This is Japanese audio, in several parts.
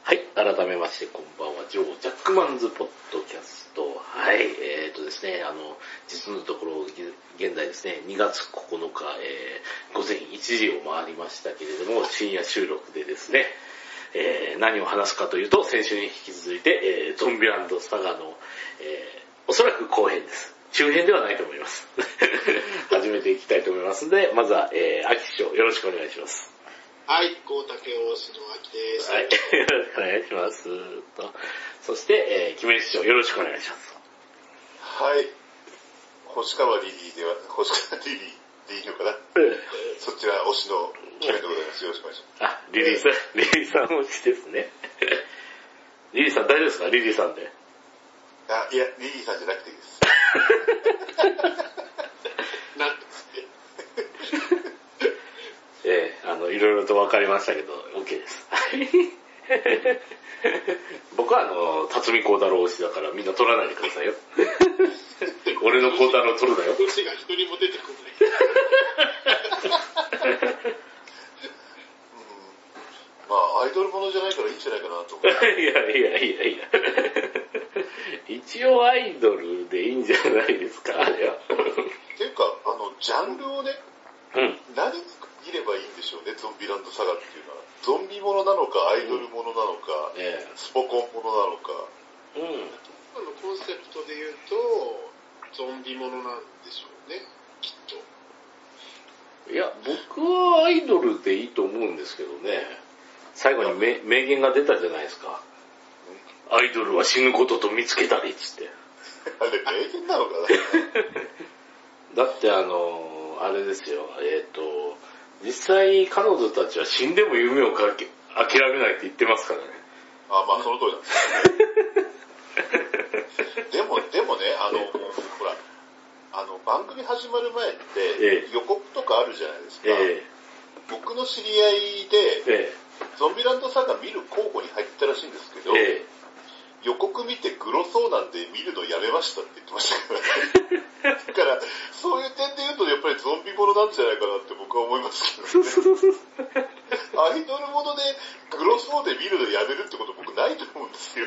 はい、改めましてこんばんは、ジョー・ジャックマンズ・ポッドキャスト。はい、ですね、実のところ、現在ですね、2月9日、午前1時を回りましたけれども、深夜収録でですね、何を話すかというと、先週に引き続いて、ゾンビランドサガの、おそらく後編です。中編ではないと思います。始めていきたいと思いますので、まずは、秋師匠、よろしくお願いします。 はい、高竹大志の秋です。 はい、よろしくお願いします。そして、キメ師匠、よろしくお願いします。 はい、星川リリーでいいのかな、そちら推しのキメでございます。よろしくお願いします。 あ、リリーさん推しですね。リリーさん大丈夫ですか？リリーさんで。 あ、いや、リリーさんじゃなくていいです。 なんですって。 いろいろと分かりましたけど、OK です。僕は辰巳孝太郎推しだからみんな取らないでくださいよ。俺の孝太郎取るなよ。 推しが一人も出てこない。 まあ、アイドルものじゃないからいいんじゃないかなと思う。 いや。一応アイドルでいいんじゃないですか、あれは。 っていうか、ジャンルをね、何に見ればいいんでしょうね、ゾンビランドサガっていうのは。ゾンビものなのか、アイドルものなのか、スポコンものなのか。 今のコンセプトで言うと、ゾンビものなんでしょうね、きっと。 いや、僕はアイドルでいいと思うんですけどね。最後に名言が出たじゃないですか。アイドルは死ぬことと見つけたりっつって。 あれ名言なのかな。 だってあれですよ、実際彼女たちは死んでも夢を諦めないって言ってますからね。 あ、まあその通りなんですよね。でもね、ほら、番組始まる前って予告とかあるじゃないですか。僕の知り合いで、ゾンビランドサガ見る候補に入ったらしいんですけど、予告見てグロそうなんで見るのやめましたって言ってましたからね。だから、そういう点で言うとやっぱりゾンビものなんじゃないかなって僕は思いますけどね。アイドルものでグロそうで見るのやめるってこと僕ないと思うんですよ。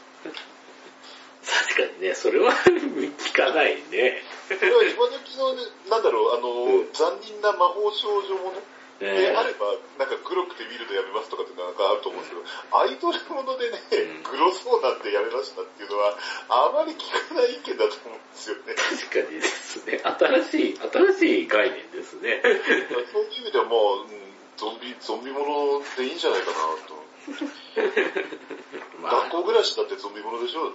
確かにね、それは聞かないね。 それは今時の、なんだろう、残忍な魔法少女ものであれば、なんかグロくて見るのやめますとかってなんかあると思うんですけど、アイドルものでね、グロそうなんでやめましたっていうのは、あまり聞かない意見だと思うんですよね。 確かにですね。新しい概念ですね。 そういう意味ではもう、ゾンビものでいいんじゃないかなと。学校暮らしだってゾンビものでしょだって。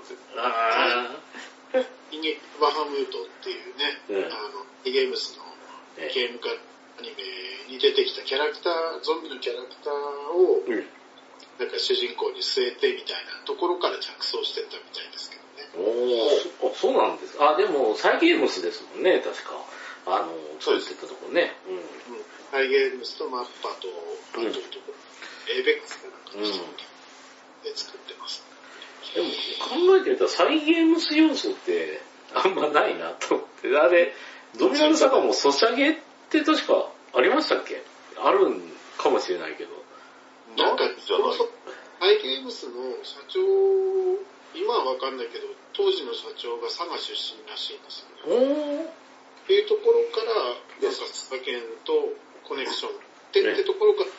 バハムートっていうね、ゲームスのゲーム化アニメに出てきたキャラクター、ゾンビのキャラクターを、なんか主人公に据えてみたいなところから着想してったみたいですけどね。 そうなんです。あ、でも、サイゲームスですもんね、確か。 そうです。 作ってたところね。 サイゲームスとマッパと、あというところ、エイベックスかなんかの人で作ってます。 でも、考えてみたらサイゲームス要素ってあんまないなと思って。あれ、ゾンビランドサガもソシャゲって確かありましたっけ？あるんかもしれないけど。 なんか、サイゲームスの社長、今はわかんないけど、当時の社長が佐賀出身らしいんですよね。っていうところから、なんか佐賀県とコネクションってところから、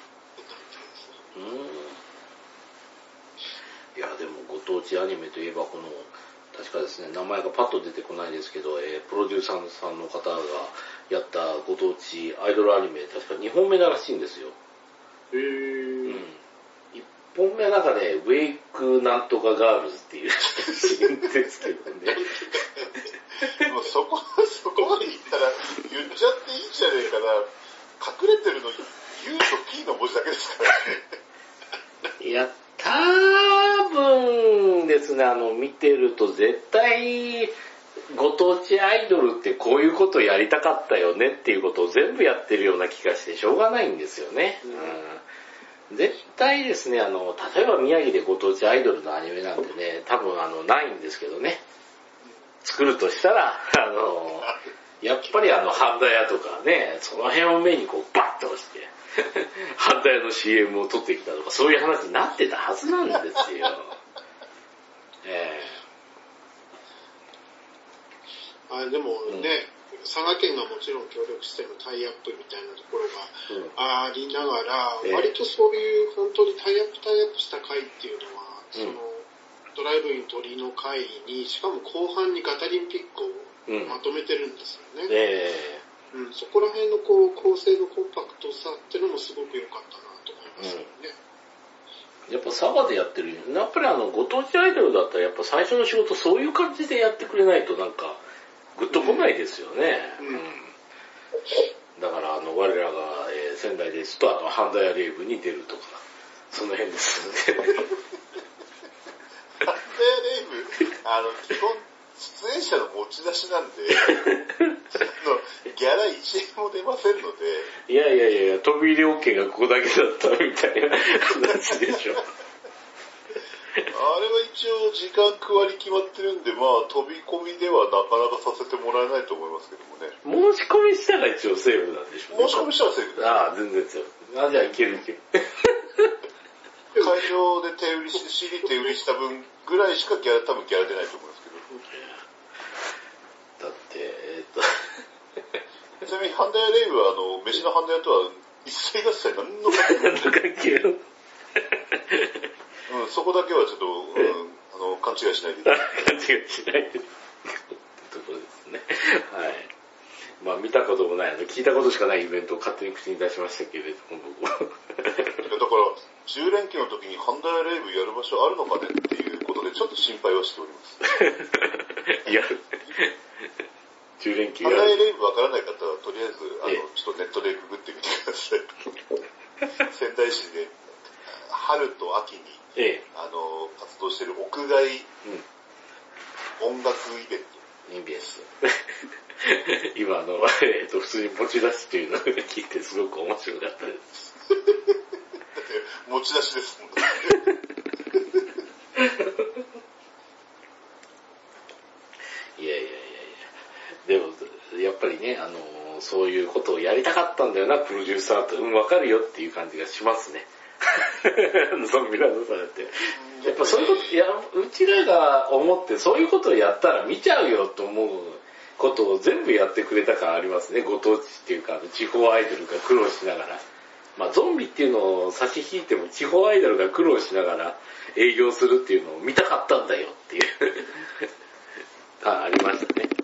いや、でもご当地アニメといえばこの、確かですね、名前がパッと出てこないですけど、プロデューサーさんの方がやったご当地アイドルアニメ、確か2本目ならしいんですよ。1本目はなんかね、ウェイクなんとかガールズっていうシーンですけどね。 もうそこまで言ったら言っちゃっていいんじゃねえかな。隠れてるの U と P の文字だけですからね。 いや、多分ですね、見てると絶対、ご当地アイドルってこういうことやりたかったよねっていうことを全部やってるような気がしてしょうがないんですよね。絶対ですね、例えば宮城でご当地アイドルのアニメなんてね、多分ないんですけどね。作るとしたら、やっぱり半田屋とかね、その辺を目にこうバッと押して、 ハンダ屋の CM を撮ってきたとか、そういう話になってたはずなんですよ。 でもね、佐賀県がもちろん協力してのタイアップみたいなところがありながら、割とそういう本当にタイアップした回っていうのは、そのドライブイン鳥の回に、しかも後半にガタリンピックをまとめてるんですよね。そこら辺のこう構成のコンパクトさっていうのもすごく良かったなと思いますよね。 やっぱ佐賀でやってる。やっぱりご当地アイドルだったらやっぱ最初の仕事そういう感じでやってくれないとなんかグッと来ないですよね。だから我らが、仙台ですとハンダ屋レイブに出るとか、その辺ですよね。 ハンダ屋レイブ、基本出演者の持ち出しなんで、ギャラ1円も出ませんので。 いや、飛び入り OK がここだけだったみたいな話でしょ。 あれは一応時間区割り決まってるんで、まあ飛び込みではなかなかさせてもらえないと思いますけどもね。 申し込みしたら一応セーフなんでしょうね。 申し込みしたらセーフです。 ああ、全然セーフ。じゃあいける。 会場でCD 手売りした分ぐらいしか多分ギャラ出ないと思いますけど。 だって、 ちなみにハンダ屋レイブは飯のハンダ屋とは一切合切何の関係もそこだけはちょっと、勘違いしないで。 勘違いしないで。ってところですね。はい。まあ見たこともない、聞いたことしかないイベントを勝手に口に出しましたけれども、僕は。だから、10連休の時にハンダ屋レイブやる場所あるのかねっていうことでちょっと心配はしております。 いや、10連休ハンダ屋レイブわからない方はとりあえず、ちょっとネットでググってみてください。仙台市で春と秋に、活動している屋外、音楽イベント。 今普通に持ち出しっていうのを聞いてすごく面白かったです。 持ち出しですもんね。 いや。でも、やっぱりね、そういうことをやりたかったんだよな、プロデューサーと。わかるよっていう感じがしますね。ゾンビランドさんだって。やっぱそういうこと、うちらが思ってそういうことをやったら見ちゃうよと思うことを全部やってくれた感ありますね。ご当地っていうか、地方アイドルが苦労しながら。まあゾンビっていうのを差し引いても地方アイドルが苦労しながら営業するっていうのを見たかったんだよっていうありましたね。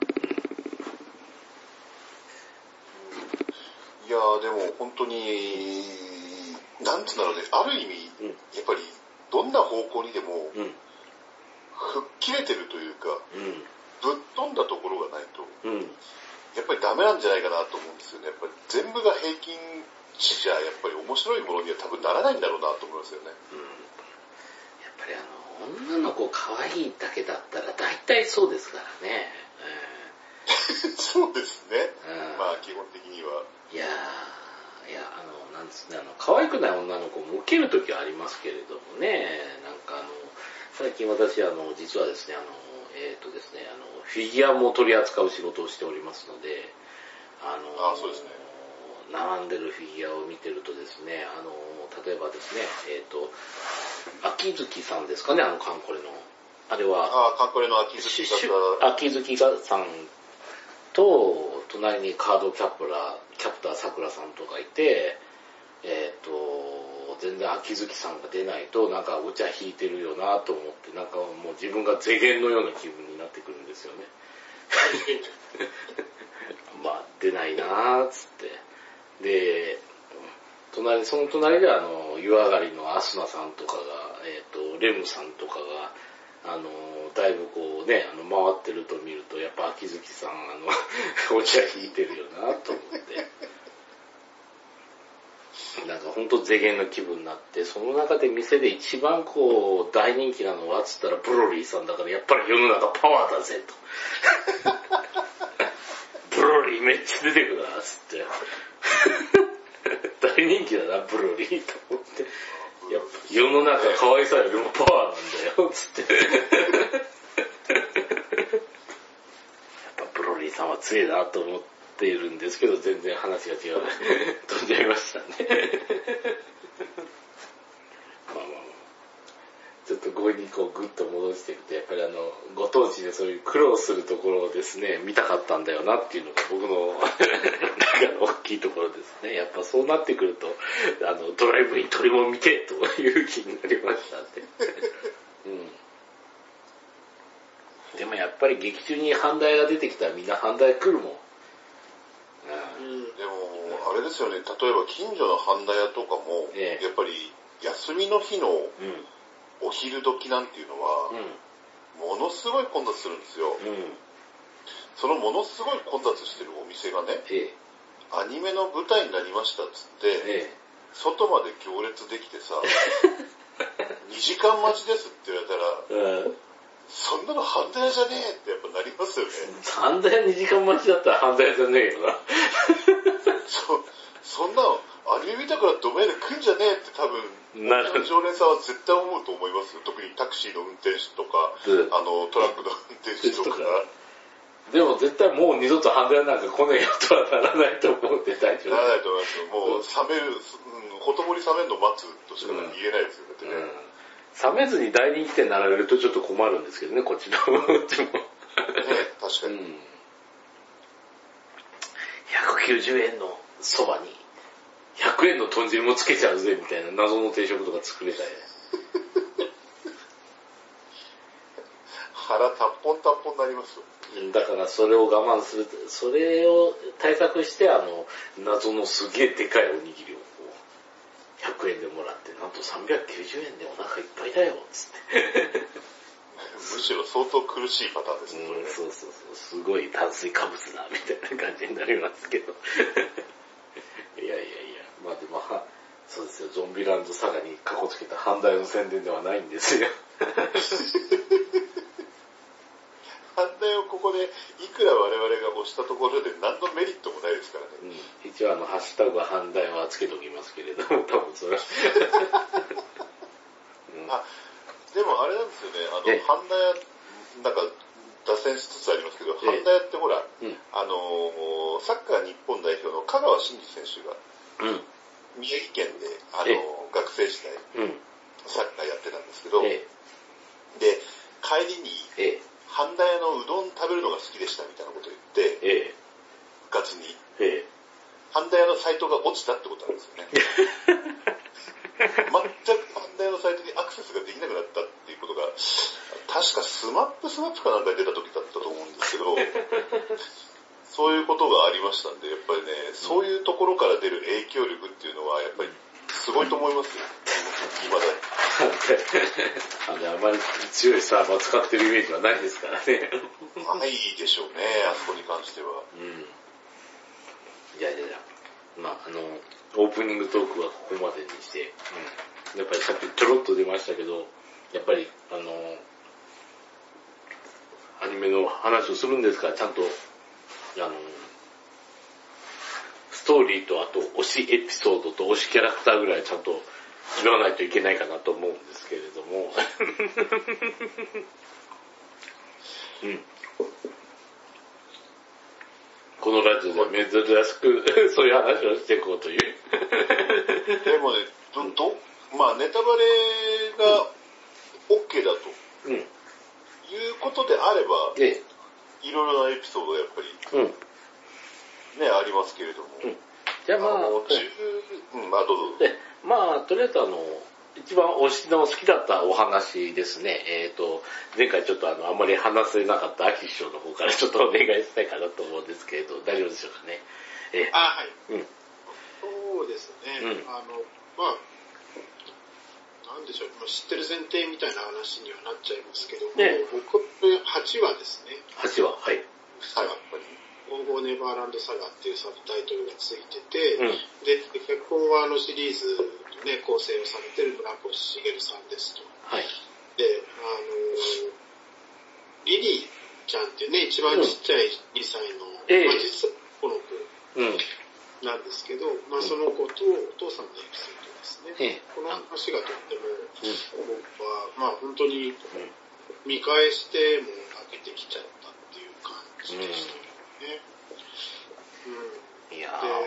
いやーでも本当に、なんつうんだろうね、ある意味、やっぱりどんな方向にでも、吹っ切れてるというか、ぶっ飛んだところがないと、やっぱりダメなんじゃないかなと思うんですよね。やっぱり全部が平均値じゃ、やっぱり面白いものには多分ならないんだろうなと思いますよね。やっぱり女の子可愛いだけだったら大体そうですからね。 そうですね。まあ基本的には。 いや、なんですね、可愛くない女の子も受けるときはありますけれどもね、なんか最近私実はですね、ですね、フィギュアも取り扱う仕事をしておりますので、 そうですね。 並んでるフィギュアを見てるとですね、例えばですね、秋月さんですかね、カンコレの。あれは、 カンコレの秋月さんと、隣にカードキャプターさくらさんとかいて、全然秋月さんが出ないとなんかお茶引いてるよなと思って、なんかもう自分が世間のような気分になってくるんですよね。まあ出ないなーっつって。で、その隣で湯上がりのアスナさんとかが、レムさんとかが、だいぶこうね、回ってると見ると、やっぱ秋月さん、お茶引いてるよなと思って。なんかほんと世間の気分になって、その中で店で一番こう、大人気なのはつったらブロリーさんだから、やっぱり世の中パワーだぜと。ブロリーめっちゃ出てくるな、つって。大人気だな、ブロリーと思って。やっぱ世の中可愛さよりもパワーなんだよ、つって。やっぱブロリーさんは強いなと思ってっているんですけど、全然話が違う。飛んじゃいましたね。まあまあまあ。ちょっと強引にこうグッと戻していくと、やっぱりご当地でそういう苦労するところをですね、見たかったんだよなっていうのが僕の中の大きいところですね。やっぱそうなってくると、ドライブイン鳥も見てという気になりましたね。うん。でもやっぱり劇中に阪大が出てきたらみんな阪大来るもん。 でも、あれですよね、例えば近所の阪大屋とかも、やっぱり休みの日のお昼時なんていうのは、ものすごい混雑するんですよ。そのものすごい混雑してるお店がね、アニメの舞台になりましたっつって、外まで行列できてさ、2時間待ちですって言われたら、そんなの阪大屋じゃねえってやっぱなりますよね。 阪大屋2時間待ちだったら阪大屋じゃねえよな。 そんなのアニメ見たからドメール来んじゃねえって多分、常連さんは絶対思うと思いますよ。特にタクシーの運転手とか、トラックの運転手とか。 でも絶対もう二度と阪大屋なんか来ねえよとはならないと思って大丈夫。 ならないと思いますよ。もう冷める、ほとぼり冷めるの待つとしか言えないですよ。だってね。冷めずに大人気店並べるとちょっと困るんですけどね、こっちの方も。ね、 確かに。 190円のそばに、100円の豚汁もつけちゃうぜみたいな謎の定食とか作れたり。 腹タッポンタッポンになりますよ。 だからそれを我慢する、それを対策して謎のすげえでかいおにぎりを100円でもらって、なんと390円でお腹いっぱいだよ、つって。 むしろ相当苦しいパターンですね、 そうそうそう。すごい炭水化物だ、みたいな感じになりますけど。いや。まあでも、そうですよ、ゾンビランドサガにかこつけた阪大の宣伝ではないんですよ。 阪大をここでいくら我々が押したところで何のメリットもないですからね。 一応ハッシュタグは阪大はつけときますけれども、多分それは。 でもあれなんですよね、阪大屋、なんか脱線しつつありますけど、阪大屋ってほら、サッカー日本代表の香川真司選手が、宮城県で、学生時代、サッカーやってたんですけど、で、帰りに、阪大屋のうどん食べるのが好きでしたみたいなことを言って、部活に、阪大屋のサイトが落ちたってことなんですよね。全く阪大屋のサイトにアクセスができなくなったっていうことが、確かスマップかなんかに出た時だったと思うんですけど、そういうことがありましたんで、やっぱりね、そういうところから出る影響力っていうのは、やっぱりすごいと思いますよ。未だに。 あまり強いサーバー使ってるイメージはないですからね。 ないでしょうね、あそこに関しては。 いや。まあ、オープニングトークはここまでにして、やっぱりさっきちょろっと出ましたけど、やっぱり、アニメの話をするんですから、ちゃんと、ストーリーと、あと、推しエピソードと推しキャラクターぐらいちゃんと言わないといけないかなと思うんですけれども。このラジオで珍しくそういう話をしていこうという。 でもね、まあネタバレが OK だと、いうことであれば、いろいろなエピソードがやっぱり、ね、ありますけれども。 じゃあまあ、 どうぞ。 まあ、とりあえず一番推しの好きだったお話ですね。前回ちょっとあんまり話せなかった秋師匠の方からちょっとお願いしたいかなと思うんですけれど、大丈夫でしょうかね。 はい。そうですね。まあ、なんでしょう、知ってる前提みたいな話にはなっちゃいますけども、僕、8話ですね。 8話、はい。 はい。ゴーゴーネバーランドサガっていうサブタイトルがついてて、で、脚本はシリーズね、構成をされてる村越茂さんですと。 はい。 で、リリーちゃんっていうね、一番ちっちゃい2歳の、実はこの子なんですけど、その子とお父さんのエピソードですね。この話がとっても、僕は、本当に見返しても泣けてきちゃったっていう感じでしたね。 や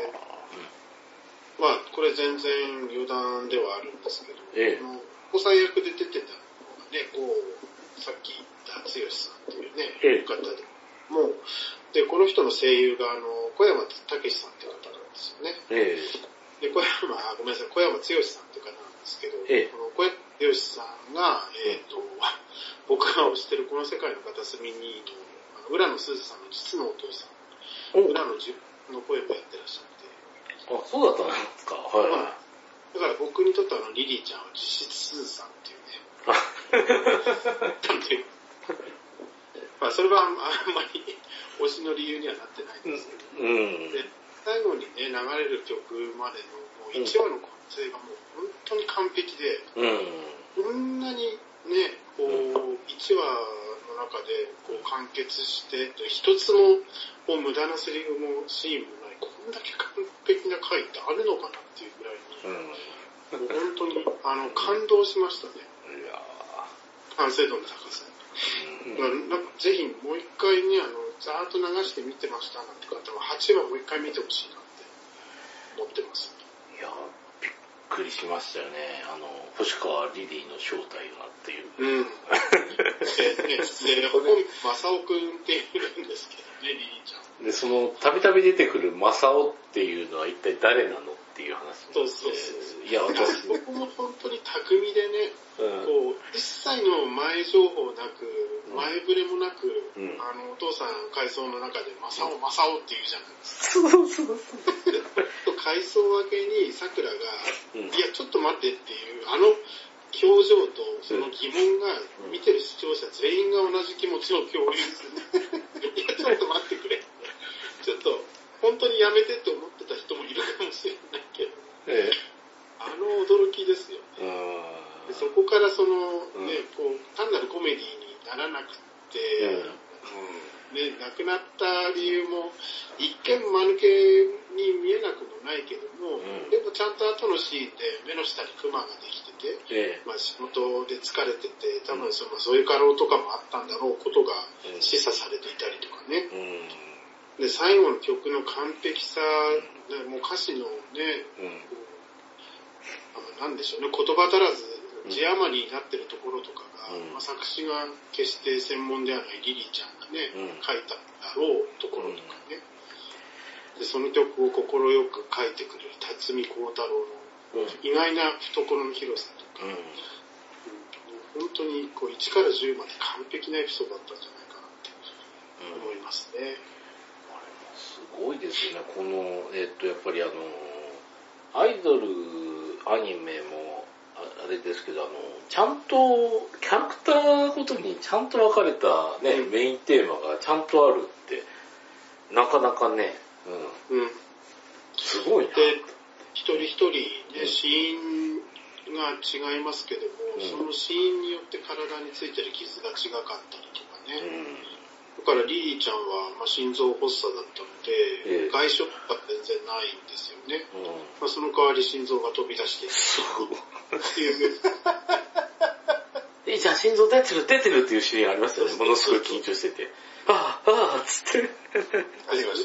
まあ、これ全然余談ではあるんですけど、補佐役で出てたのがね、さっき言った剛さんっていうね、方で、もう、で、この人の声優が、小山武史さんっていう方なんですよね。で、小山剛さんっていう方なんですけど、この小山剛さんが、僕が推してるこの世界の片隅に浦野すずさんの実のお父さん、浦野の声もやってらっしゃって。 あ、そうだったんですか。はい。 だから僕にとってリリーちゃんは実質すずさんっていうね。なんていう。まあ、それはあんまり推しの理由にはなってないんですけど、で最後にね、流れる曲までのもう1話の構成がもう本当に完璧で、こんなにね、1話の中で完結して、一つも無駄なセリフもシーンもない、こんだけ完璧な回ってあるのかなっていうぐらいに、もう本当に感動しましたね。完成度の高さに。ぜひもう一回ね、ざーっと流して見てましたなんて方は8話もう一回見てほしいなって思ってます。 いや、びっくりしましたよね。星川リリーの正体がっていう。 で、本正雄くんっているんですけどね、リリーちゃん。 で、その、たびたび出てくる正雄っていうのは一体誰なのっていう話そう。いや、私僕も本当に巧みでね、一切の前情報なく、前触れもなく、お父さん回想の中で正雄って言うじゃないですか。そう。回想明けに桜が、いや、ちょっと待ってっていう、表情とその疑問が、見てる視聴者全員が同じ気持ちを共有する。いや、ちょっと待ってくれ。ちょっと、本当にやめてって思ってた人もいるかもしれないけど、驚きですよね。でそこからその、単なるコメディにならなくて、亡くなった理由も、一見間抜けに見えなくもないけども、でもちゃんと後のシーンで目の下にクマができてて、仕事で疲れてて、多分そういう過労とかもあったんだろうことが示唆されていたりとかね。で、最後の曲の完璧さ、もう歌詞のね、なんでしょうね、言葉足らず、字余りになってるところとかが、作詞が決して専門ではないリリーちゃんがね、書いただろうところとかね。で、その曲を快く書いてくれる辰巳幸太郎の意外な懐の広さとか、本当に1から10まで完璧なエピソードだったんじゃないかなって思いますね。 すごいですよね。この、やっぱりアイドルアニメもあれですけど、ちゃんとキャラクターごとにちゃんと分かれたね、メインテーマがちゃんとあるってなかなかね、すごいな。 で、一人一人ね、シーンが違いますけども、そのシーンによって体についてる傷が違かったりとかね。だからリリーちゃんは、心臓発作だったので、外傷が全然ないんですよね。その代わり心臓が飛び出していくっていう。 じゃあ心臓出てるっていうシーンありましたよね。ものすごい緊張してて。つって。 ありました。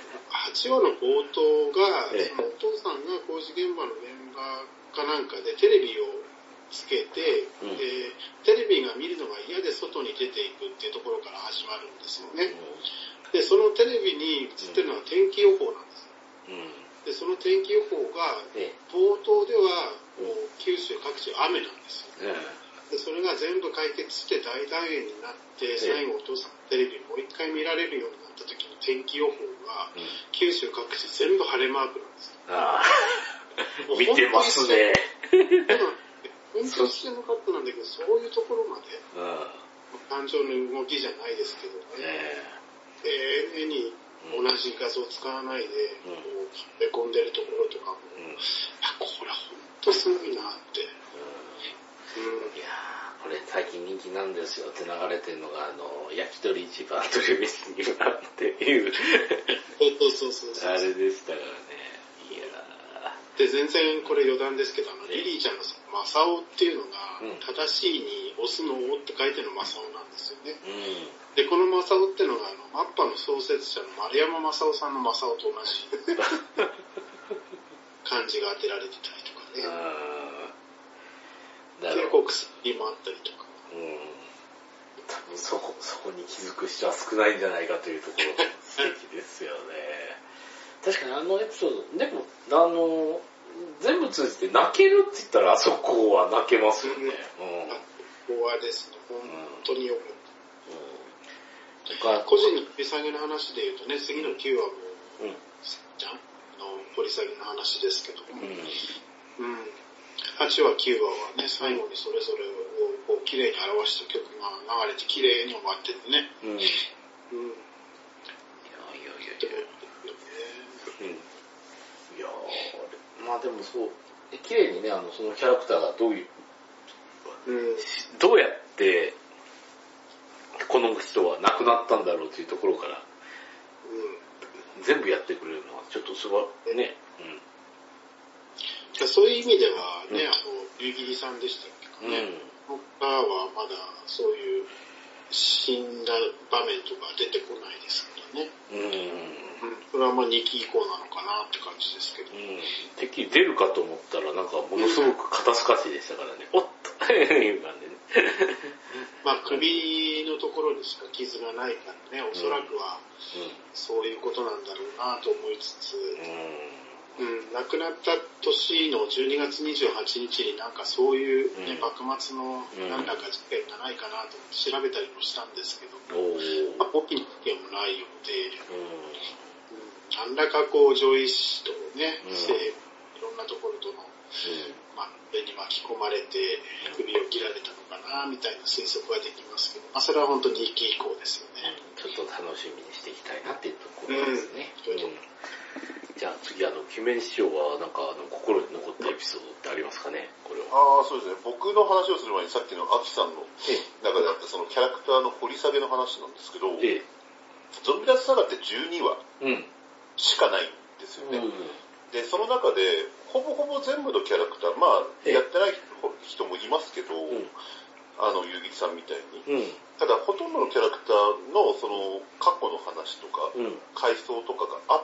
8話の冒頭が、そのお父さんが工事現場の現場かなんかでテレビをつけて、で、テレビが見るのが嫌で外に出ていくっていうところから始まるんですよね。で、そのテレビに映ってるのは天気予報なんです。で、その天気予報が、冒頭では九州各地雨なんですよ。で、それが全部解決して大団円になって、最後お父さんのテレビもう一回見られるようになった時の天気予報が、九州各地全部晴れマークなんですよ。 見てますね。 本当にしてなかったなんだけど、そういうところまで、感情の動きじゃないですけどね、永遠に同じ画像を使わないで、へこんでるところとかも、これ本当すごいなって。 いやー、これ最近人気なんですよって流れてるのが、焼き鳥市場という店になっていう。 そう。 あれでしたからね。いやー。で、全然これ余談ですけど、リリーちゃんの正雄っていうのが、正しいにオスの王って書いての正雄なんですよね。で、この正雄ってのが、マッパの創設者の丸山正雄さんの正雄と同じ漢字が当てられてたりとかね。結構薬もあったりとか。 多分そこに気づく人は少ないんじゃないかというところが素敵ですよね。確かにあのエピソード、でも、全部通じて泣けるって言ったらあそこは泣けますよね。 ここはですね、本当によく。個人の掘り下げの話で言うとね、次の9話も、じゃん掘り下げの話ですけども、8話、9話はね、最後にそれぞれをこう綺麗に表した曲が流れて綺麗に終わってるね。 いやまあでもそう、綺麗にね、そのキャラクターがどうやって、この人は亡くなったんだろうというところから、全部やってくれるのは、ちょっとすごい、ね。 そういう意味ではね、夕霧さんでしたっけかね。僕らはまだそういう死んだ場面とか出てこないですからね。それはまあ2期以降なのかなって感じですけど。 敵出るかと思ったらなんかものすごく肩透かしでしたからね。おっという感じでね。 まあ首のところにしか傷がないからね、おそらくはそういうことなんだろうなと思いつつ、亡くなった年の12月28日になんかそういう、ね、幕末の何らか事件がないかなと思って調べたりもしたんですけど、大きな事件もないようで、何らかこう上位士とね、いろんなところとの、上に巻き込まれて首を切られたのかなみたいな推測はできますけど、それは本当に2期以降ですよね。 ちょっと楽しみにしていきたいなっていうところですね。じゃあ次、キメン師匠はなんか心に残ったエピソードってありますかね、これは。 そうですね。僕の話をする前にさっきのアキさんの中であったそのキャラクターの掘り下げの話なんですけど、ゾンビラスサガって12話しかないんですよね。で、その中で、ほぼほぼ全部のキャラクター、やってない人もいますけど、ゆうぎりさんみたいに。ただ、ほとんどのキャラクターの、その、過去の話とか、回想とかがあって、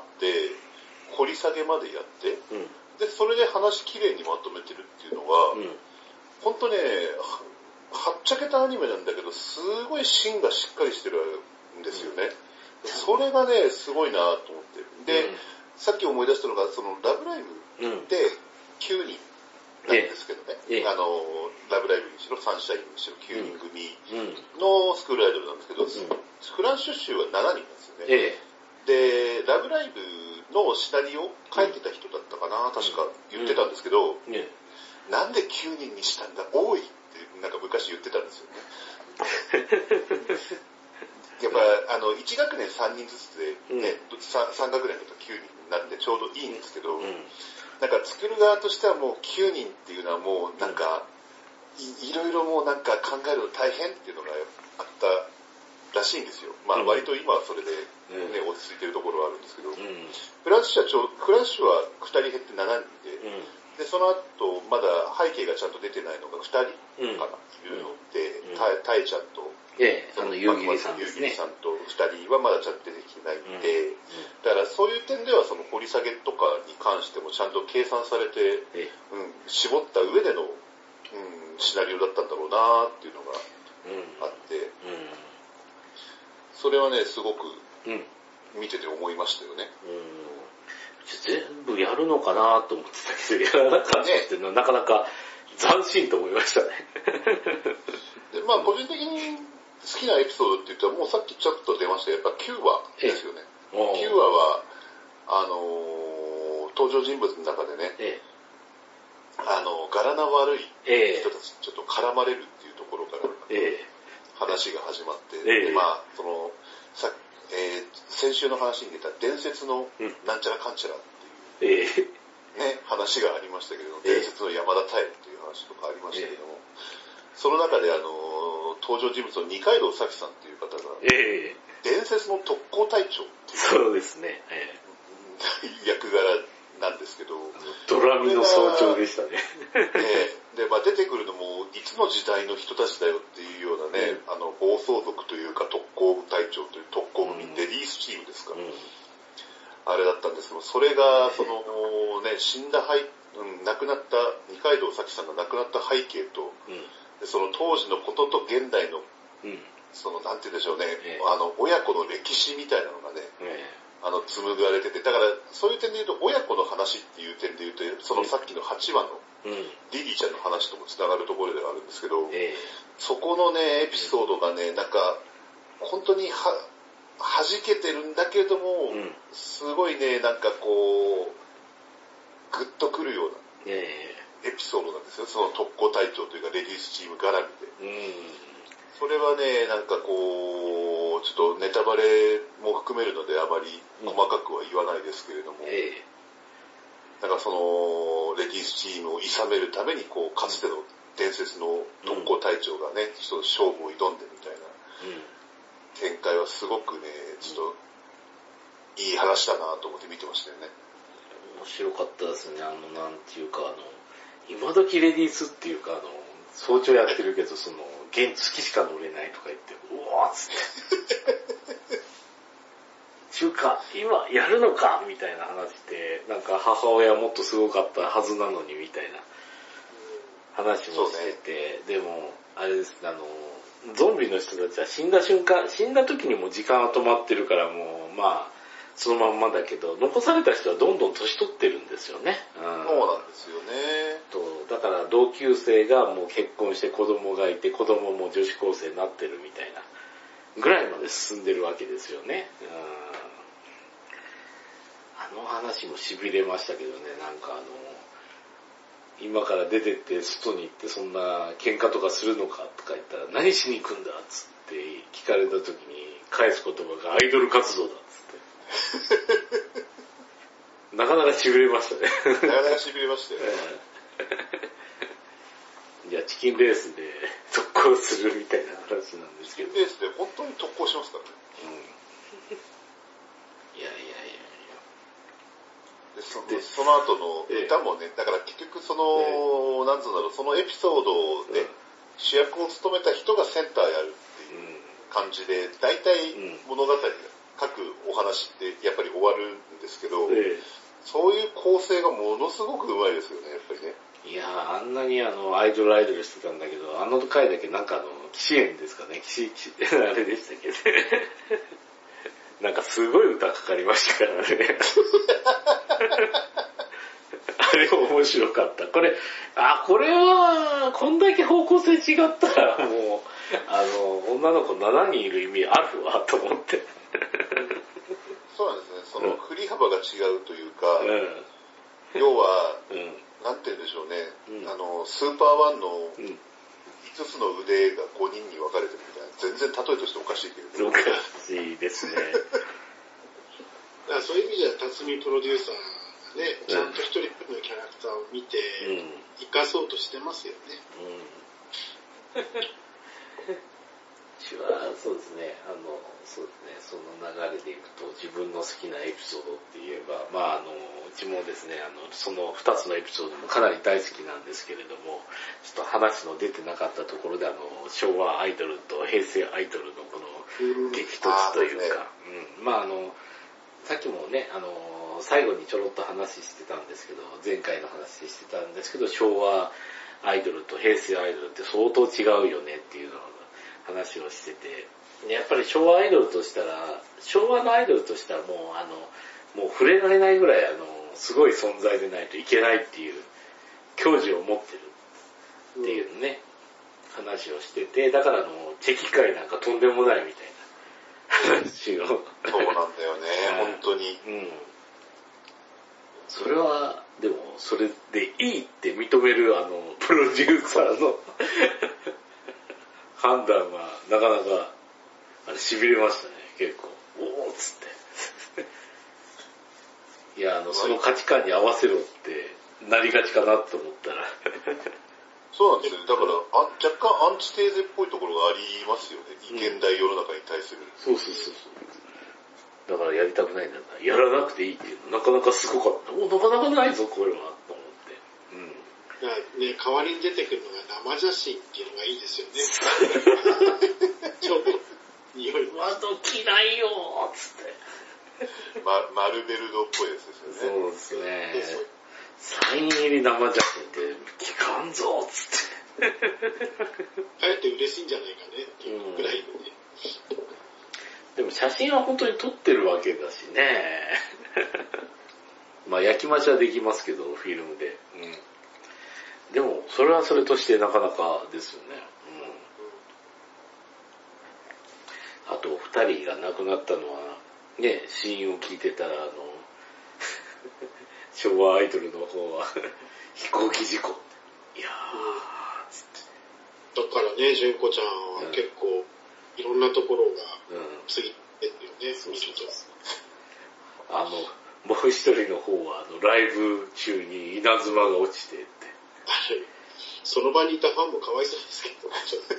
掘り下げまでやって、で、それで話きれいにまとめてるっていうのは、ほんとね、はっちゃけたアニメなんだけど、すごい芯がしっかりしてるんですよね。それがね、すごいなと思って。で、さっき思い出したのが、その、ラブライブって9人なんですけどね。ラブライブにしろ、サンシャインにしろ、9人組のスクールアイドルなんですけど、フランシュ州は7人なんですよね。で、ラブライブのシナリオを書いてた人だったかな、確か言ってたんですけど、なんで9人にしたんだ、多いってなんか昔言ってたんですよね。やっぱ1学年3人ずつで、ね、3学年だと9人になってちょうどいいんですけど、なんか作る側としてはもう9人っていうのはもうなんか、いろいろもうなんか考えるの大変っていうのがあったらしいんですよ。割と今はそれで、ね、落ち着いてるところはあるんですけど、フラッシュは2人減って7人で、その後まだ背景がちゃんと出てないのが2人かな、いるので、タエちゃんと、 夕霧さんですね。 夕霧さんと2人はまだちゃんと出てきてないんで、だからそういう点ではその掘り下げとかに関してもちゃんと計算されて、絞った上での、シナリオだったんだろうなっていうのがあって、それはね、すごく見てて思いましたよね。 全部やるのかなと思ってたけど、やらなかったっていうのはなかなか斬新と思いましたね。 で個人的に好きなエピソードって言ったら、もうさっきちょっと出ましたけど、やっぱ9話ですよね。9話は、登場人物の中でね、柄の悪い人たちにちょっと絡まれるっていうところから話が始まって、でその先週の話に出た伝説のなんちゃらかんちゃらっていう、ね、話がありましたけど、伝説の山田太陽っていう話とかありましたけども、その中で登場人物の二階堂咲さんっていう方が、伝説の特攻隊長っていう、 そうですね、 役柄なんですけど、 ドラミの早朝でしたね。 で、出てくるのも、いつの時代の人たちだよっていうようなね、暴走族というか特攻部隊長という特攻組、レディースチームですか、あれだったんですけど、それが、亡くなった、二階堂咲さんが亡くなった背景と、でその当時のことと現代の、なんて言うんでしょうね、親子の歴史みたいなのがね、紡がれてて、だから、そういう点で言うと、親子の話っていう点で言うと、そのさっきの8話の、リリーちゃんの話とも繋がるところではあるんですけど、そこのね、エピソードがね、なんか、本当に弾けてるんだけども、すごいね、なんかこう、グッとくるような、エピソードなんですよ。その特攻隊長というか、レディースチーム絡みで。それはね、なんかこう、ちょっとネタバレも含めるのであまり細かくは言わないですけれども、なんかその、レディースチームを諌めるために、こう、かつての伝説の特攻隊長がね、ちょっと勝負を挑んでみたいな展開はすごくね、ちょっと、いい話だなと思って見てましたよね。 面白かったですね。なんていうか、今時レディースっていうか、早朝やってるけど、原付しか乗れないとか言って、うわーっつって。中華、今やるのかみたいな話で、なんか母親もっとすごかったはずなのにみたいな話もしてて、でも、あれですね、ゾンビの人たちは死んだ時にも時間は止まってるからもう、そのまんまだけど、残された人はどんどん年取ってるんですよね。 そうなんですよね。 だから同級生がもう結婚して子供がいて、子供も女子高生になってるみたいなぐらいまで進んでるわけですよね。あの話も痺れましたけどね、なんか今から出てって外に行ってそんな喧嘩とかするのかとか言ったら何しに行くんだっつって聞かれた時に返す言葉がアイドル活動だっつって。なかなか痺れましたね。 なかなか痺れましたよね。 いや、チキンレースで特攻するみたいな話なんですけど。 チキンレースで本当に特攻しますからね。 いや。 でその後の歌もね、だから結局なんつうんだろう、そのエピソードで主役を務めた人がセンターやるっていう感じで、大体物語が各お話ってやっぱり終わるんですけど、そういう構成がものすごくうまいですよね、やっぱりね。 いやー、あんなにアイドルしてたんだけど、あの回だけなんか騎士園ですかね、あれでしたっけね。なんかすごい歌かかりましたからね。あれ面白かった。これは、こんだけ方向性違ったらもう、女の子7人いる意味あるわ、と思って。 そうなんですね、その振り幅が違うというか、要は、なんて言うんでしょうね、スーパーワンの5つの腕が5人に分かれてるみたいな、全然例えとしておかしいけれど。 おかしいですね。 だからそういう意味では、辰巳プロデューサーがね、ちゃんと一人一人のキャラクターを見て、生かそうとしてますよね。 私は、そうですね、その流れでいくと、自分の好きなエピソードって言えば、うちもですね、その2つのエピソードもかなり大好きなんですけれども、ちょっと話の出てなかったところで、昭和アイドルと平成アイドルのこの激突というか、さっきもね、最後にちょろっと話してたんですけど、前回の話してたんですけど、昭和アイドルと平成アイドルって相当違うよねっていうのを話をしてて、やっぱり昭和のアイドルとしたらもう触れられないぐらいすごい存在でないといけないっていう矜持を持ってるっていうね、話をしてて、だからチェキ界なんかとんでもないみたいな話を。 そうなんだよね、本当に。 それは、でも、それでいいって認めるプロデューサーの判断は、なかなか、痺れましたね、結構。おーっつって。いや、その価値観に合わせろってなりがちかなと思ったら。 そうなんですよ。だから、若干アンチテーゼっぽいところがありますよね。現代世の中に対する。 そう。 だからやりたくないんだったら、やらなくていいっていうの、なかなかすごかった。なかなかないぞ、これは、と思って。うん。 だからね、代わりに出てくるのが生写真っていうのがいいですよね。ちょっと、匂い。 窓嫌いよーっつって。 マルベルドっぽいやつですよね。 そうですね。サイン入り生写真って聞かんぞーっつって。 あえて嬉しいんじゃないかねっていうぐらいのね。 でも写真は本当に撮ってるわけだしね。まあ焼き増しはできますけど、フィルムで。うん。でも、それはそれとしてなかなかですよね。うん。あと、二人が亡くなったのは、ね、死因を聞いてたら、昭和アイドルの方は、飛行機事故。いやー、つって。 だからね、純子ちゃんは結構、いろんなところが、過ぎてるよね、 そうそうそう。もう一人の方は、ライブ中に稲妻が落ちてって。 その場にいたファンもかわいそうですけど、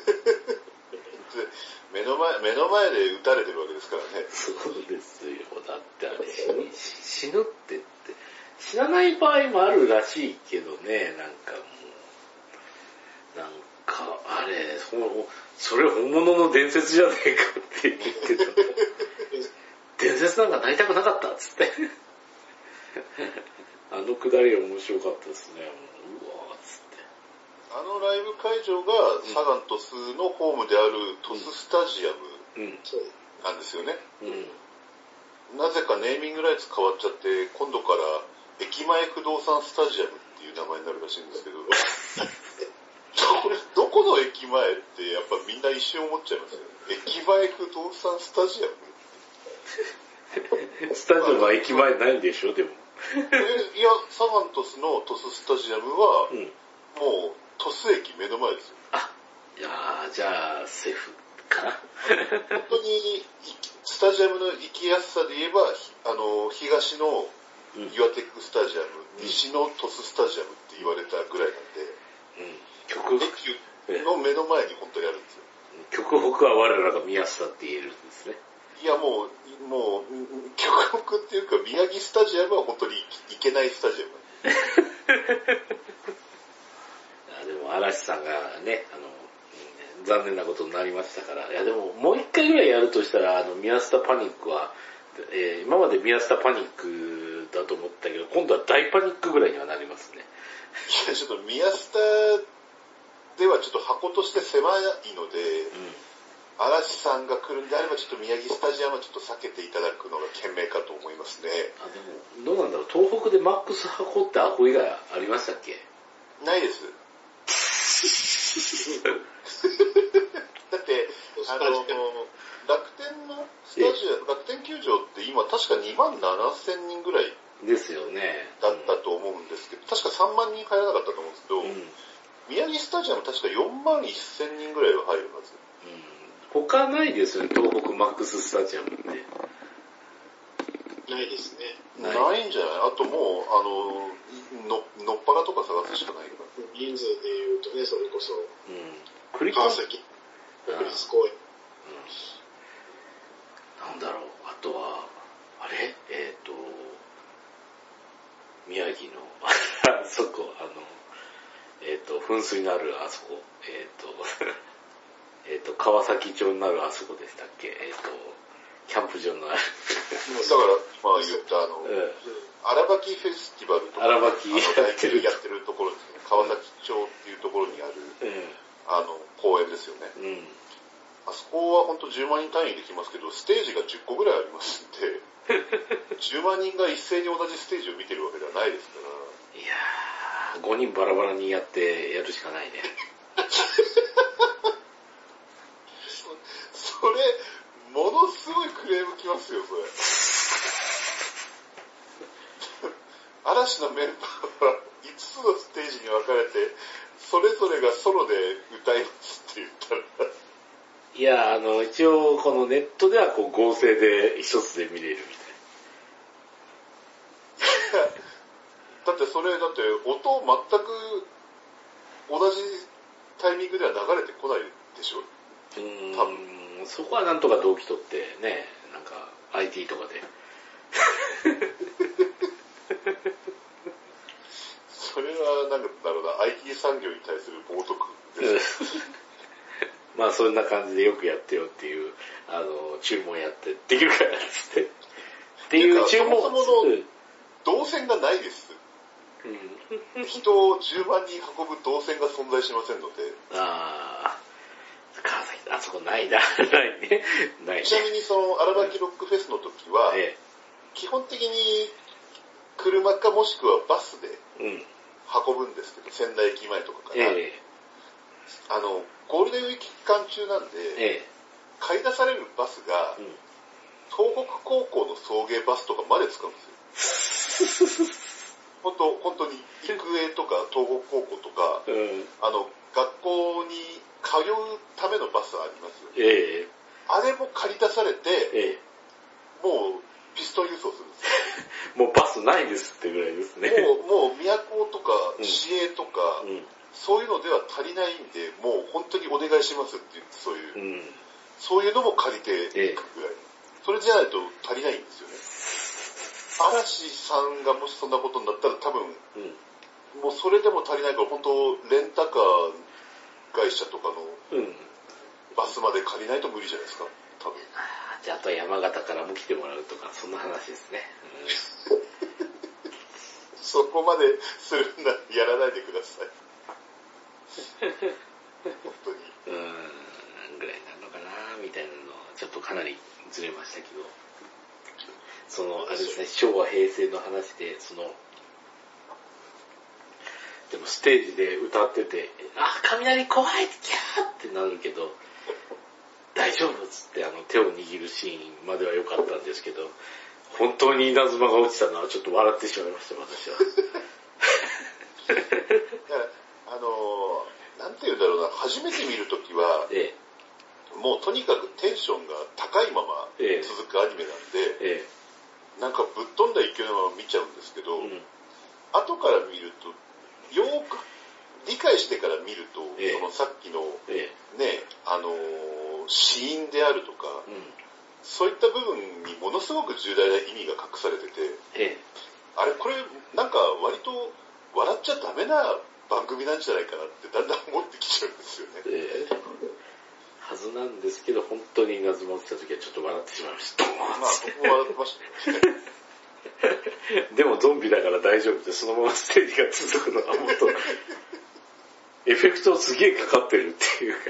目の前で撃たれてるわけですからね。 そうですよ。だってあれ死ぬって言って、死なない場合もあるらしいけどね、なんかもう、なんか、あれ、それ本物の伝説じゃねえかって言ってた。伝説なんかなりたくなかったっつって。あのくだり面白かったですね。うわーっつって。 あのライブ会場がサガン鳥栖のホームである鳥栖スタジアムなんですよね。なぜかネーミングライツ変わっちゃって、今度から駅前不動産スタジアムっていう名前になるらしいんですけど、どこの駅前ってやっぱみんな一瞬思っちゃいますよね。駅前不動産スタジアムスタジアムは駅前ないんでしょ、でも。 いや、サガン鳥栖の鳥栖スタジアムは、もう鳥栖駅目の前ですよ。 いやー、じゃあ、セーフかな。 本当に、スタジアムの行きやすさで言えば、東の岩手区スタジアム、西の鳥栖スタジアムって言われたぐらいなんで、駅の目の前に本当にあるんですよ。 極北は我らが見やすさって言えるんですね。 いや、もう、極北っていうか、宮城スタジアムは本当に行けないスタジアム。 でも、嵐さんがね、残念なことになりましたから、いやでも、もう一回ぐらいやるとしたら、宮下パニックは、今まで宮下パニックだと思ったけど、今度は大パニックぐらいにはなりますね。 いや、ちょっと宮下ではちょっと箱として狭いので、嵐さんが来るんであれば、ちょっと宮城スタジアムはちょっと避けていただくのが賢明かと思いますね。 でも、どうなんだろう、東北でマックス箱ってアホ以外ありましたっけ？ ないです。だって、楽天のスタジアム、楽天球場って今確か27,000人ぐらいですよね。 だったと思うんですけど、確か3万人入らなかったと思うんですけど、宮城スタジアム確か41,000人ぐらいは入るはず。 他ないですよね、東北マックススタジアムって。 ないですね。 ないんじゃない？あともう、のっぱらとか探すしかないから。 人数で言うとね、それこそ、川崎、国立公園。 なんだろう、あとは、あれ宮城の、あそこ、噴水のあるあそこ、川崎町になるあそこでしたっけ？キャンプ場のある。だから、 まあ言った荒垣フェスティバルとか、 荒垣やってるところですね。川崎町っていうところにある、公園ですよね。あそこは本当10万人単位できますけど、ステージが10個ぐらいありますんで、10万人が一斉に同じステージを見てるわけではないですから。 いやー、5人バラバラにやってやるしかないね。 それ、ものすごいクレームきますよ、それ。嵐のメンバーは5つのステージに分かれて、それぞれがソロで歌いますって言ったら。 いや、一応このネットではこう合成で一つで見れるみたいな。だってそれ、だって音全く同じタイミングでは流れてこないでしょ。多分。 そこはなんとか同期取ってね、なんか IT とかで。 それは、なんだろうな、IT 産業に対する冒涜です。 まあそんな感じでよくやってよっていう、注文やって、できるからっつって。っていう注文。 そもそもの動線がないです。人を10万人運ぶ動線が存在しませんので。 あそこないな。ないね。ないね。 ちなみに荒垣ロックフェスの時は、基本的に車かもしくはバスで運ぶんですけど、仙台駅前とかから。ゴールデンウィーク期間中なんで、買い出されるバスが、東北高校の送迎バスとかまで使うんですよ。本当に育英とか東北高校とか、学校に通うためのバスありますよね。あれも借り出されて、もうピストン輸送するんですよ。もうバスないですってぐらいですね。 もう都とか市営とか、そういうのでは足りないんで、もう本当にお願いしますっていう、そういうのも借りていくぐらい。それじゃないと足りないんですよね。嵐さんがもしそんなことになったら多分、もうそれでも足りないから本当レンタカー会社とかのバスまで借りないと無理じゃないですか、多分。 じゃああとは山形からも来てもらうとか、そんな話ですね。 そこまでするんだやらないでください。本当に。 ぐらいなのかなみたいなのちょっとかなりずれましたけど。あれですね、昭和平成の話で、でもステージで歌ってて、雷怖いキャーってなるけど、大丈夫っつって手を握るシーンまでは良かったんですけど、本当に稲妻が落ちたのはちょっと笑ってしまいました、私は。 なんて言うんだろうな、初めて見るときは、もうとにかくテンションが高いまま続くアニメなんで、なんかぶっ飛んだ勢いのまま見ちゃうんですけど、後から見ると、よーく理解してから見ると、さっきの、死因であるとか、そういった部分にものすごく重大な意味が隠されてて、これなんか割と笑っちゃダメな番組なんじゃないかなってだんだん思ってきちゃうんですよね。 はずなんですけど、本当に稲妻落ちた時はちょっと笑ってしまいました。 僕も笑ってましたね。 でもゾンビだから大丈夫で、そのままステージが続くのがもっと、エフェクトすげえかかってるっていうか。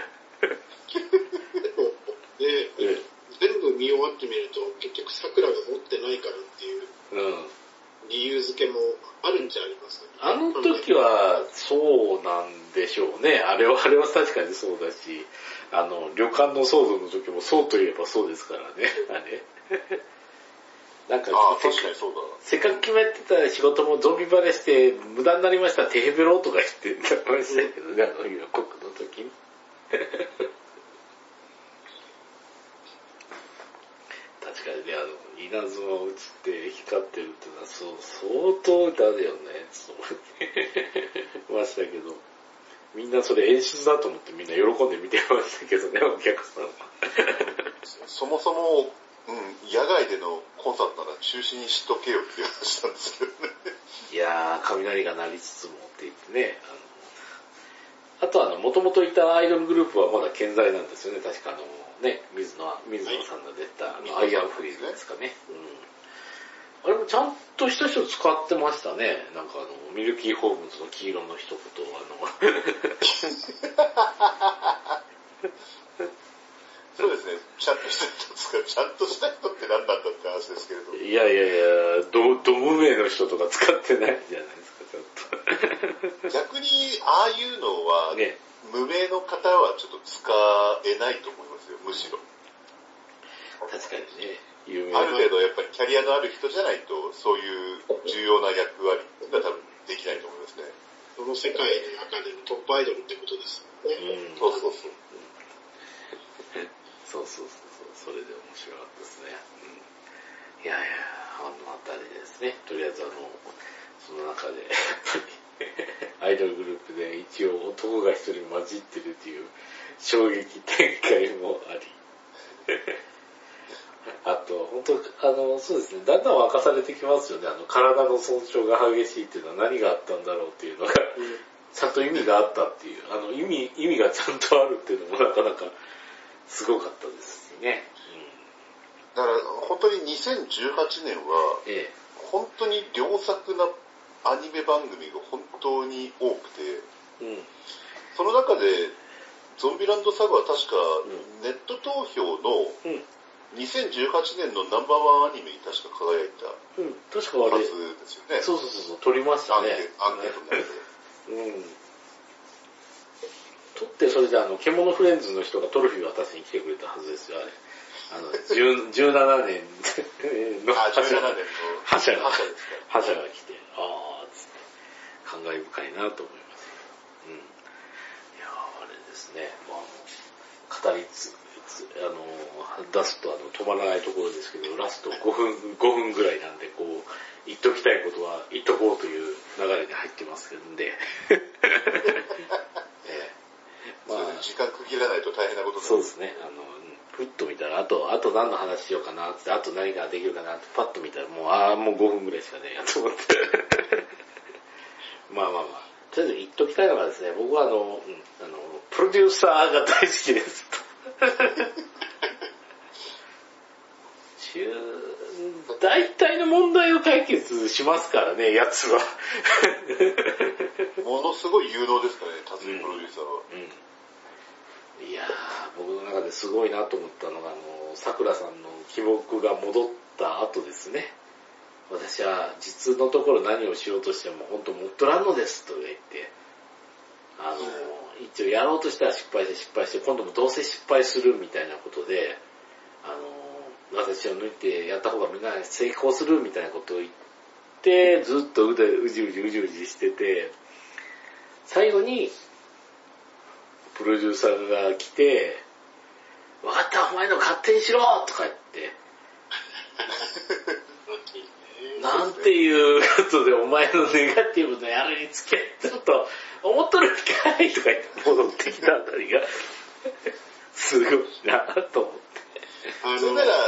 全部見終わってみると、結局桜が持ってないからっていう理由付けもあるんじゃありますね。 あの時はそうなんでしょうね。あれは確かにそうだし、旅館の騒動の時もそうといえばそうですからね。なんか確かにそうだ。 せっかく決めてた仕事もゾンビバレして無駄になりました、テヘベロとか言ってましたけどね、予告の時に。確かにね、稲妻を映って光ってるっていうのは相当だよね、そう思ってましたけど、みんなそれ演出だと思ってみんな喜んで見てましたけどね、お客さんは。 そもそも、野外でのコンサートなら中止にしとけよっていう話なんですけどね。 いやー、雷が鳴りつつもって言ってね、あとは元々いたアイドルグループはまだ健在なんですよね、確か水野さんが出た、アイアンフリーズですかね。あれもちゃんとした人使ってましたね。なんかミルキーホームズの黄色の一言そうですね、ちゃんとした人使う。ちゃんとした人って何なんだって話ですけれど。 いや、ド無名の人とか使ってないじゃないですか、ちょっと。 逆に、ああいうのは、無名の方はちょっと使えないと思いますよ、むしろ。 確かにね、 ある程度やっぱりキャリアのある人じゃないと、そういう重要な役割が多分できないと思いますね。 その世界の中でのトップアイドルってことですよね。 そう。 そう、それで面白かったですね。いや、あのあたりですね、とりあえずその中で、やっぱり、アイドルグループで一応男が一人混じってるっていう衝撃展開もあり。 あと、本当そうですね、だんだん明かされてきますよね。体の損傷が激しいっていうのは何があったんだろうっていうのが、ちゃんと意味があったっていう、意味がちゃんとあるっていうのもなかなかすごかったですしね。 だから本当に2018年は、本当に良作なアニメ番組が本当に多くて、その中でゾンビランドサガは確かネット投票の2018年のナンバーワンアニメに確か輝いた確かあれはずですよね。 そう、撮りましたね。 アンケートの中で。 撮ってそれで獣フレンズの人がトロフィー渡しに来てくれたはずですよ、あれ。17年の覇者が来て、つって、感慨深いなと思います。いやあれですね、語り出すと止まらないところですけど、ラスト5分ぐらいなんで、言っときたいことは言っとこうという流れに入ってますけどんで。 時間区切らないと大変なことになる。 そうですね。ふっと見たら、あと何の話しようかなって、あと何ができるかなって、パッと見たら、もう5分ぐらいしかねえやと思って。まあ。とりあえず言っときたいのがですね、僕はプロデューサーが大好きです。大体の問題を解決しますからね、やつは。 ものすごい有能ですからね、辰巳プロデューサーは。 いやー、僕の中ですごいなと思ったのが、桜さんの記憶が戻った後ですね。私は実のところ何をしようとしても本当もっとらんのですと言って、一応やろうとしたら失敗して、今度もどうせ失敗するみたいなことで、私を抜いてやった方がみんな成功するみたいなことを言って、ずっとうじうじしてて、最後に、プロデューサーが来て、分かった、お前の勝手にしろとか言って、なんていうことでお前のネガティブなやるにつけ、ちょっと思っとるんかいとか言って戻ってきたあたりが、すごいなと思って。 それなら、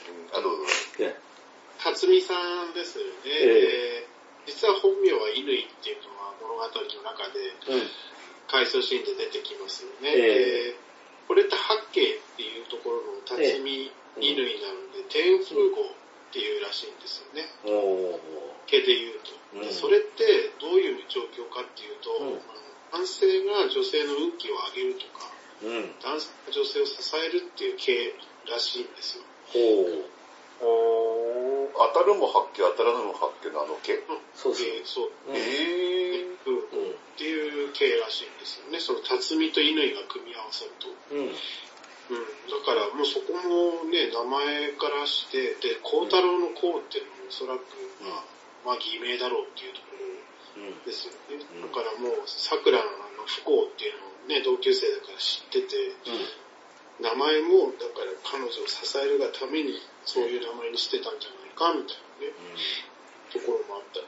辰巳さんですよね。実は本名は乾っていうのは物語の中で、回想シーンで出てきますよね。これって八景っていうところの辰巳乾なので、天風号っていうらしいんですよね。毛で言うと。でそれってどういう状況かっていうと、男性が女性の運気を上げるとか、男性が女性を支えるっていう系らしいんですよ。 当たるも八景、当たらぬも八景の毛？ そう。っていう系らしいんですよね。その辰巳と乾が組み合わさると。だからもうそこもね、名前からして、で、孝太郎の孝っていうのもおそらく、偽名だろうっていうところですよね。だからもう、桜の不幸っていうのをね、同級生だから知ってて、名前も、だから彼女を支えるがために、そういう名前にしてたんじゃないか、みたいなね、ところもあった。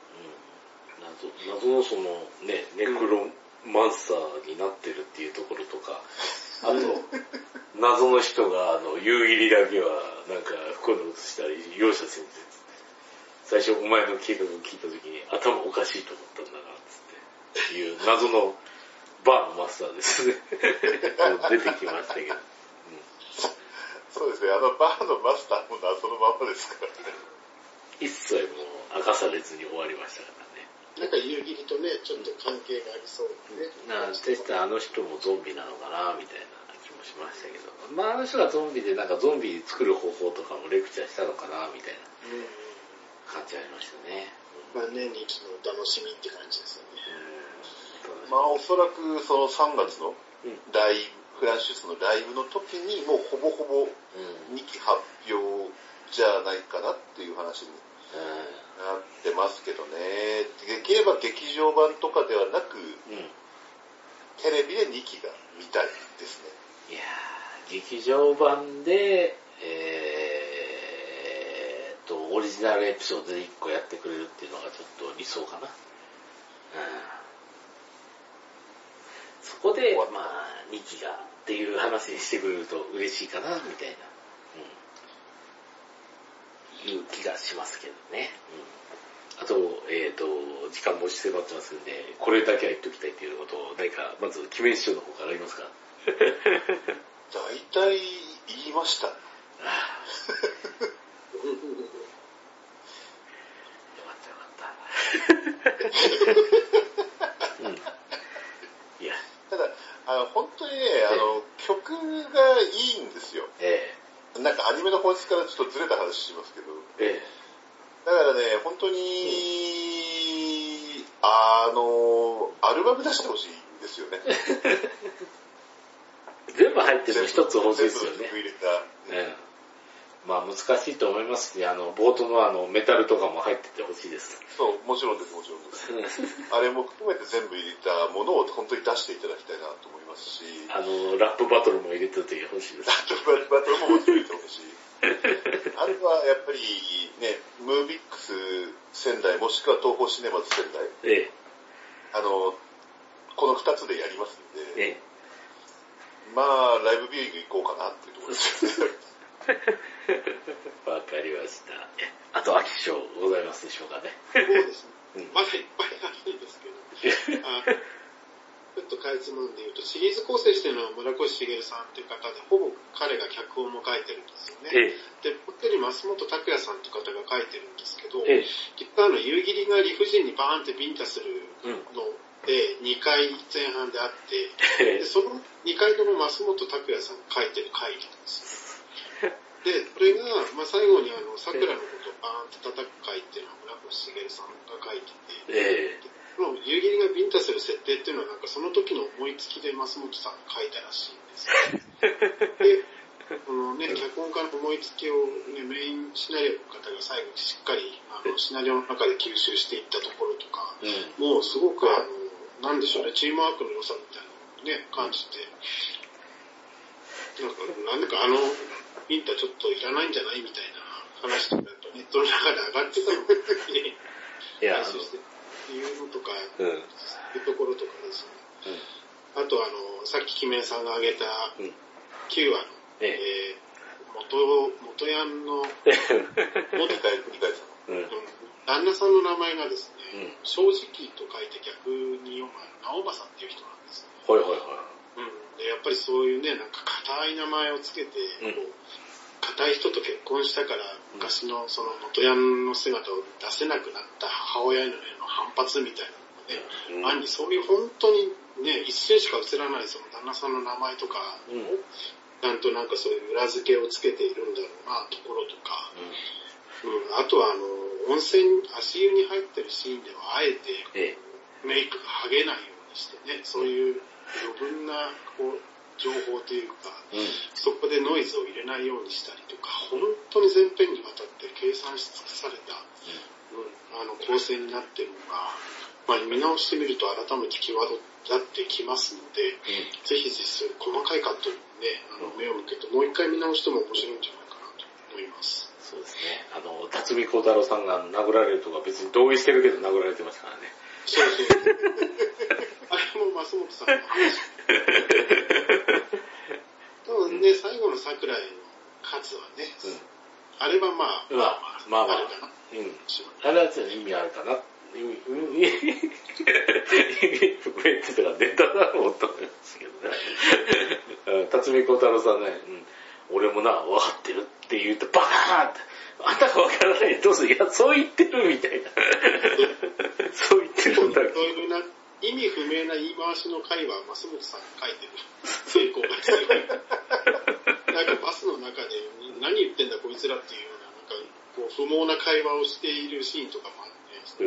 謎のそのね、ネクロマンサーになってるっていうところとか、あと、謎の人が夕霧だけはなんかこういうの映したり、容赦せんぜ最初お前の計画を聞いた時に頭おかしいと思ったんだな、つっていう謎のバーのマスターですね。出てきましたけど。 そうですね、バーのマスターも謎のままですからね。 一切もう明かされずに終わりましたからね。 なんか夕霧とね、ちょっと関係がありそうでね。 あの人もゾンビなのかな、みたいな気もしましたけど。あの人がゾンビでなんかゾンビ作る方法とかもレクチャーしたのかな、みたいな感じありましたね。 年に一度の楽しみって感じですよね。 おそらくその3月のライブ、フランシスのライブの時にもうほぼほぼ2期発表じゃないかなっていう話になってますけどね。できれば劇場版とかではなく、テレビで2期が見たいですね。 いやー、劇場版で、オリジナルエピソードで1個やってくれるっていうのがちょっと理想かな。そこで、2期がっていう話にしてくれると嬉しいかな、みたいな。 いう気がしますけどね。あと、時間も迫ってますんで、これだけは言っときたいっていうことを、何か、まず、キメン師匠の方からありますか？ 大体言いました。よかった。いや。 ただ、本当にね、曲がいいんですよ。なんかアニメの本質からちょっとずれた話しますけど。だからね、本当に、アルバム出してほしいんですよね。 全部入ってるの一つ欲しいですよね。 全部入れた。 まあ難しいと思いますし、冒頭のメタルとかも入っててほしいです。 そう、もちろんです、もちろんです。あれも含めて全部入れたものを本当に出していただきたいなと思いますし。 ラップバトルも入れててほしいです。 ラップバトルももちろん入れてほしい。あとはやっぱりね、ムービックス仙台もしくは東宝シネマズ仙台。この2つでやりますんで。まあ、ライブビューイング行こうかなっていうところですね。 わかりました。あと、秋賞ございますでしょうかね。 そうですね。まだいっぱいあるんですけど。ちょっとかいつまんで言うと、シリーズ構成してるのは村越茂さんっていう方で、ほぼ彼が脚本も書いてるんですよね。で、もう一人増本拓也さんって方が書いてるんですけど、実は夕霧が理不尽にバーンってビンタするので、2回前半であって、でその2回とも増本拓也さんが書いてる回なんですよ。で、それが、まあ、最後に桜のことをバーンって叩く回っていうのは村越茂さんが書いてて、この夕霧がビンタする設定っていうのはなんかその時の思いつきで増本さんが書いたらしいんですよ。で、このね、脚本家の思いつきを、ね、メインシナリオの方が最後にしっかりシナリオの中で吸収していったところとか、もうすごくなんでしょうね、チームワークの良さみたいなのをね、感じて、なんでかビンタちょっといらないんじゃないみたいな話とかネットの中で上がってたのを、ね、回収していうのとか、いうところとかですね。あとさっきキメさんが挙げた9話の、元ヤンの、元カイさん。旦那さんの名前がですね、正直と書いて逆に読む直政っていう人なんですね。で、やっぱりそういうね、なんか硬い名前をつけて、硬い人と結婚したから、昔のその元ヤンの姿を出せなくなった母親への反発みたいなのがね、暗にそういう本当にね、一瞬しか映らないその旦那さんの名前とかを、ちゃんとなんかそういう裏付けをつけているんだろうな、ところとか、あとは温泉、足湯に入ってるシーンではあえて、メイクが剥げないようにしてね、そういう余分なこう情報というか、そこでノイズを入れないようにしたりとか、本当に全編にわたって計算し尽くされた、構成になっているのが、まあ、見直してみると改めて際立ってきますので、ぜひ実際細かいカットにね、目を向けてもう一回見直しても面白いんじゃないかなと思います。 そうですね。辰巳孝太郎さんが殴られるとか別に同意してるけど殴られてますからね。 そうそう。あれも増本さんの話。多分ね、最後の桜への数はね、あれはまあ、あるかな。 あれは意味あるかな。意味含めてたらネタだろうと思いますけどね。辰巳孝太郎さんね、俺もな、分かってるって言うとバカーって、あんたが分からないどうする、いや、そう言ってるみたいな。そう言ってるんだけど。 そういうな意味不明な言い回しの回は増本さんが書いてる成功が強い。なんかバスの中で何言ってんだこいつらっていうような、なんかこう不毛な会話をしているシーンとかもあって、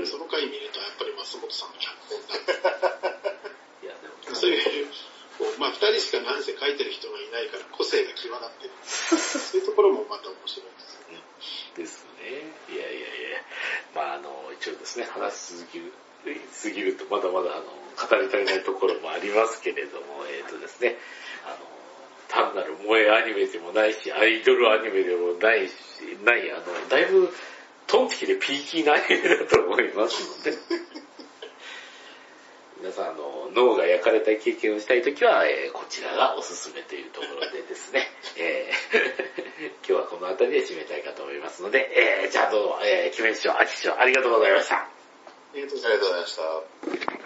その回見るとやっぱり増本さんの脚本だって。いやでもそういうまあ2人しかなんせ書いてる人がいないから個性が際立ってる。そういうところもまた面白いですね。 ですね。いや。まあ一応ですね、話しすぎるとまだまだ語り足りないところもありますけれども、ですね、単なる萌えアニメでもないし、アイドルアニメでもない、だいぶトンチキでピーキーなアニメだと思いますので、皆さん脳が焼かれた経験をしたいときは、こちらがおすすめというところでですね、今日はこの辺たりで締めたいかと思いますので、じゃあどうも、キメ師匠、アキ師匠、ありがとうございました。 ありがとうございました。